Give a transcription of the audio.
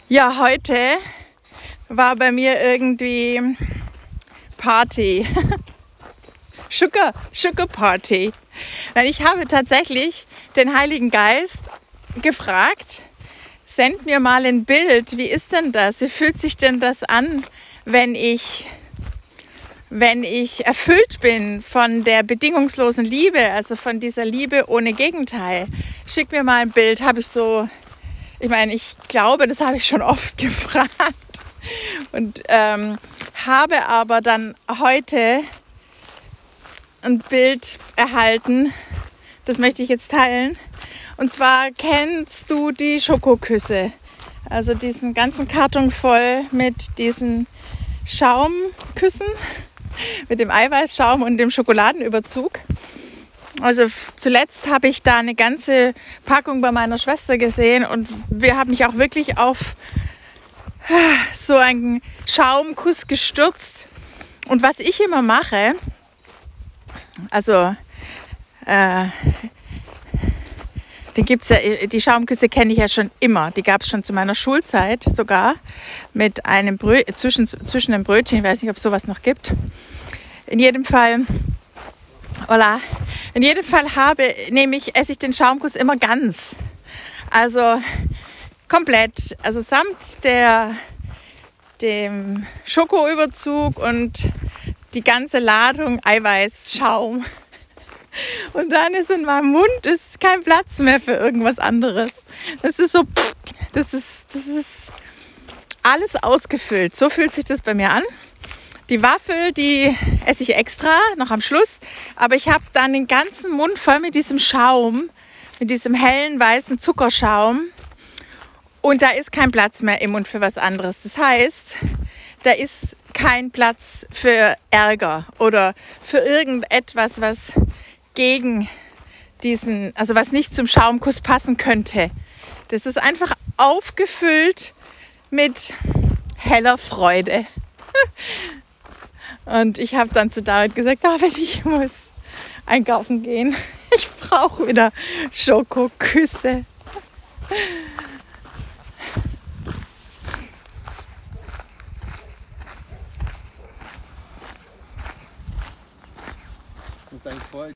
Ja, heute war bei mir irgendwie Party. Sugar Party. Weil ich habe tatsächlich den Heiligen Geist gefragt, send mir mal ein Bild. Wie ist denn das? Wie fühlt sich denn das an, wenn ich erfüllt bin von der bedingungslosen Liebe, also von dieser Liebe ohne Gegenteil? Schick mir mal ein Bild. Ich glaube, das habe ich schon oft gefragt und habe aber dann heute ein Bild erhalten, das möchte ich jetzt teilen. Und zwar kennst du die Schokoküsse, also diesen ganzen Karton voll mit diesen Schaumküssen, mit dem Eiweißschaum und dem Schokoladenüberzug. Also zuletzt habe ich da eine ganze Packung bei meiner Schwester gesehen und wir haben mich auch wirklich auf so einen Schaumkuss gestürzt. Und was ich immer mache, also die Schaumküsse kenne ich ja schon immer. Die gab es schon zu meiner Schulzeit sogar mit einem zwischen den Brötchen. Ich weiß nicht, ob es sowas noch gibt. In jedem Fall esse ich den Schaumkuss immer ganz. Also komplett. Also samt dem Schokoüberzug und die ganze Ladung Eiweißschaum. Und dann ist in meinem Mund ist kein Platz mehr für irgendwas anderes. Das ist so, das ist alles ausgefüllt. So fühlt sich das bei mir an. Die Waffel, die esse ich extra, noch am Schluss. Aber ich habe dann den ganzen Mund voll mit diesem Schaum, mit diesem hellen, weißen Zuckerschaum. Und da ist kein Platz mehr im Mund für was anderes. Das heißt, da ist kein Platz für Ärger oder für irgendetwas, was gegen was nicht zum Schaumkuss passen könnte. Das ist einfach aufgefüllt mit heller Freude. Und ich habe dann zu David gesagt, David, ich muss einkaufen gehen. Ich brauche wieder Schokoküsse.